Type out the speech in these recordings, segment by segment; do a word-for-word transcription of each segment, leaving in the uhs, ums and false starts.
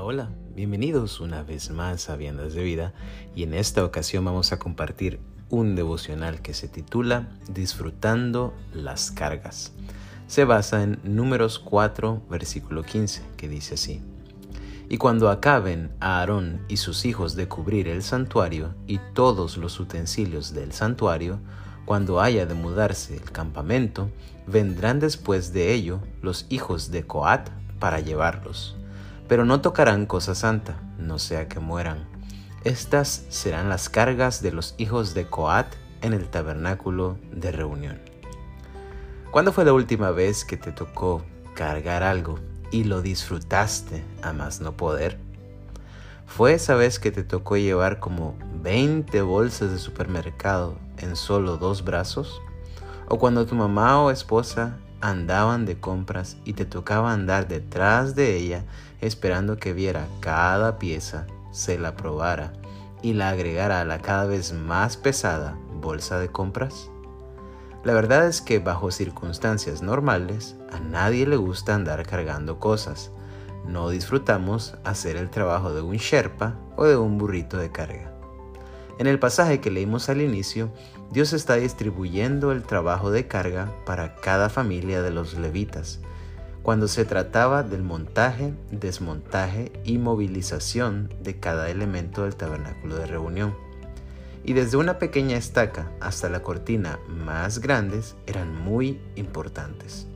Hola, bienvenidos una vez más a Viandas de Vida y en esta ocasión vamos a compartir un devocional que se titula Disfrutando las cargas. Se basa en Números cuatro, versículo quince, que dice así: Y cuando acaben a Aarón y sus hijos de cubrir el santuario y todos los utensilios del santuario, cuando haya de mudarse el campamento, vendrán después de ello los hijos de Coat para llevarlos. Pero no tocarán cosa santa, no sea que mueran. Estas serán las cargas de los hijos de Coat en el tabernáculo de reunión. ¿Cuándo fue la última vez que te tocó cargar algo y lo disfrutaste a más no poder? ¿Fue esa vez que te tocó llevar como veinte bolsas de supermercado en solo dos brazos? ¿O cuando tu mamá o esposa andaban de compras y te tocaba andar detrás de ella esperando que viera cada pieza, se la probara y la agregara a la cada vez más pesada bolsa de compras? La verdad es que bajo circunstancias normales a nadie le gusta andar cargando cosas. No disfrutamos hacer el trabajo de un sherpa o de un burrito de carga. En el pasaje que leímos al inicio, Dios está distribuyendo el trabajo de carga para cada familia de los levitas, cuando se trataba del montaje, desmontaje y movilización de cada elemento del tabernáculo de reunión. Y desde una pequeña estaca hasta la cortina más grandes eran muy importantes.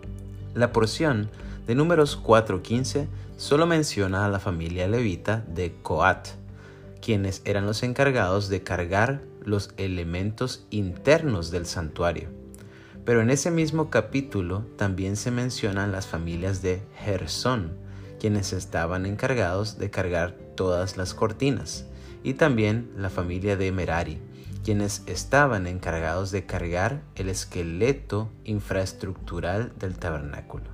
La porción de Números cuatro quince solo menciona a la familia levita de Coat, quienes eran los encargados de cargar los elementos internos del santuario. Pero en ese mismo capítulo también se mencionan las familias de Gersón, quienes estaban encargados de cargar todas las cortinas, y también la familia de Merari, quienes estaban encargados de cargar el esqueleto infraestructural del tabernáculo.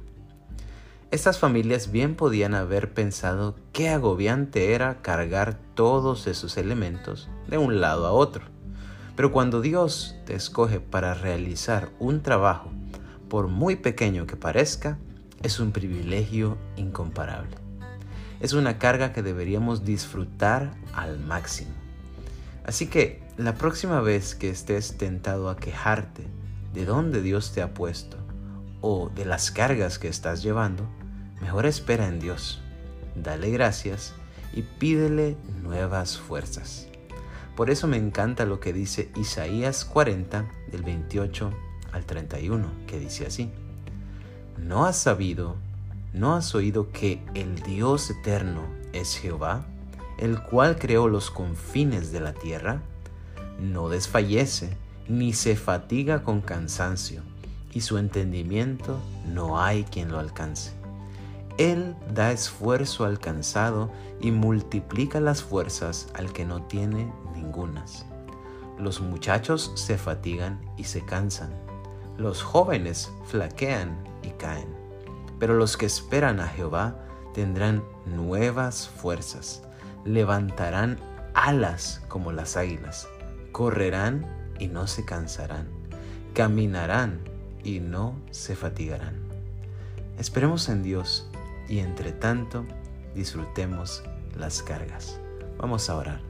Estas familias bien podían haber pensado qué agobiante era cargar todos esos elementos de un lado a otro. Pero cuando Dios te escoge para realizar un trabajo, por muy pequeño que parezca, es un privilegio incomparable. Es una carga que deberíamos disfrutar al máximo. Así que la próxima vez que estés tentado a quejarte de dónde Dios te ha puesto o de las cargas que estás llevando, mejor espera en Dios, dale gracias y pídele nuevas fuerzas. Por eso me encanta lo que dice Isaías cuarenta, del veintiocho al treinta y uno, que dice así: ¿No has sabido, no has oído que el Dios eterno es Jehová, el cual creó los confines de la tierra? No desfallece, ni se fatiga con cansancio, y su entendimiento no hay quien lo alcance. Él da esfuerzo al cansado y multiplica las fuerzas al que no tiene ningunas. Los muchachos se fatigan y se cansan. Los jóvenes flaquean y caen. Pero los que esperan a Jehová tendrán nuevas fuerzas. Levantarán alas como las águilas. Correrán y no se cansarán. Caminarán y no se fatigarán. Esperemos en Dios y entre tanto disfrutemos las cargas. Vamos a orar.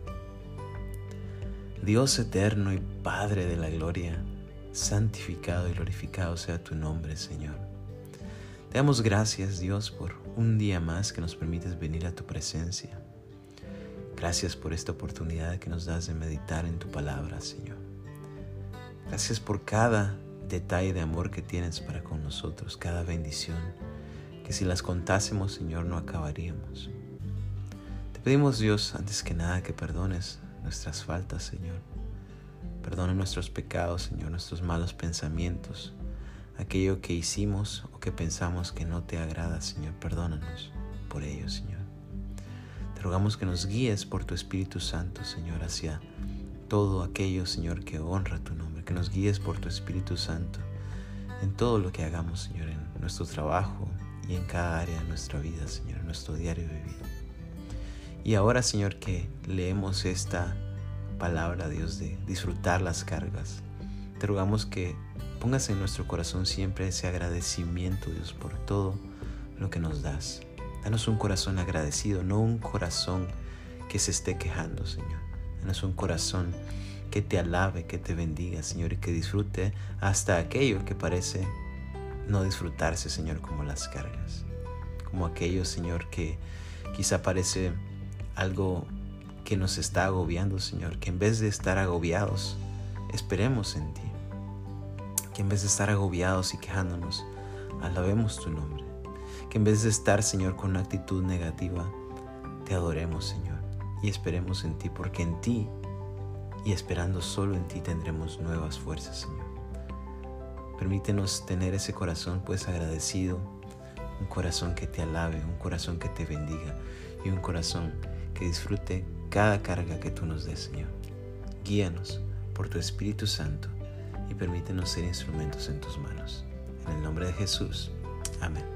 Dios eterno y Padre de la gloria, santificado y glorificado sea tu nombre, Señor. Te damos gracias, Dios, por un día más que nos permites venir a tu presencia. Gracias por esta oportunidad que nos das de meditar en tu palabra, Señor. Gracias por cada detalle de amor que tienes para con nosotros, cada bendición, que si las contásemos, Señor, no acabaríamos. Te pedimos, Dios, antes que nada, que perdones nuestras faltas, Señor. Perdona nuestros pecados, Señor, nuestros malos pensamientos, aquello que hicimos o que pensamos que no te agrada, Señor. Perdónanos por ello, Señor. Te rogamos que nos guíes por tu Espíritu Santo, Señor, hacia todo aquello, Señor, que honra tu nombre, que nos guíes por tu Espíritu Santo en todo lo que hagamos, Señor, en nuestro trabajo y en cada área de nuestra vida, Señor, en nuestro diario vivir. Y ahora, Señor, que leemos esta palabra, Dios, de disfrutar las cargas, te rogamos que pongas en nuestro corazón siempre ese agradecimiento, Dios, por todo lo que nos das. Danos un corazón agradecido, no un corazón que se esté quejando, Señor. Danos un corazón que te alabe, que te bendiga, Señor, y que disfrute hasta aquello que parece no disfrutarse, Señor, como las cargas. Como aquello, Señor, que quizá parece algo que nos está agobiando, Señor. Que en vez de estar agobiados, esperemos en ti. Que en vez de estar agobiados y quejándonos, alabemos tu nombre. Que en vez de estar, Señor, con una actitud negativa, te adoremos, Señor, y esperemos en ti, porque en ti y esperando solo en ti tendremos nuevas fuerzas, Señor. Permítenos tener ese corazón pues agradecido, un corazón que te alabe, un corazón que te bendiga y un corazón que disfrute cada carga que tú nos des, Señor. Guíanos por tu Espíritu Santo y permítenos ser instrumentos en tus manos. En el nombre de Jesús. Amén.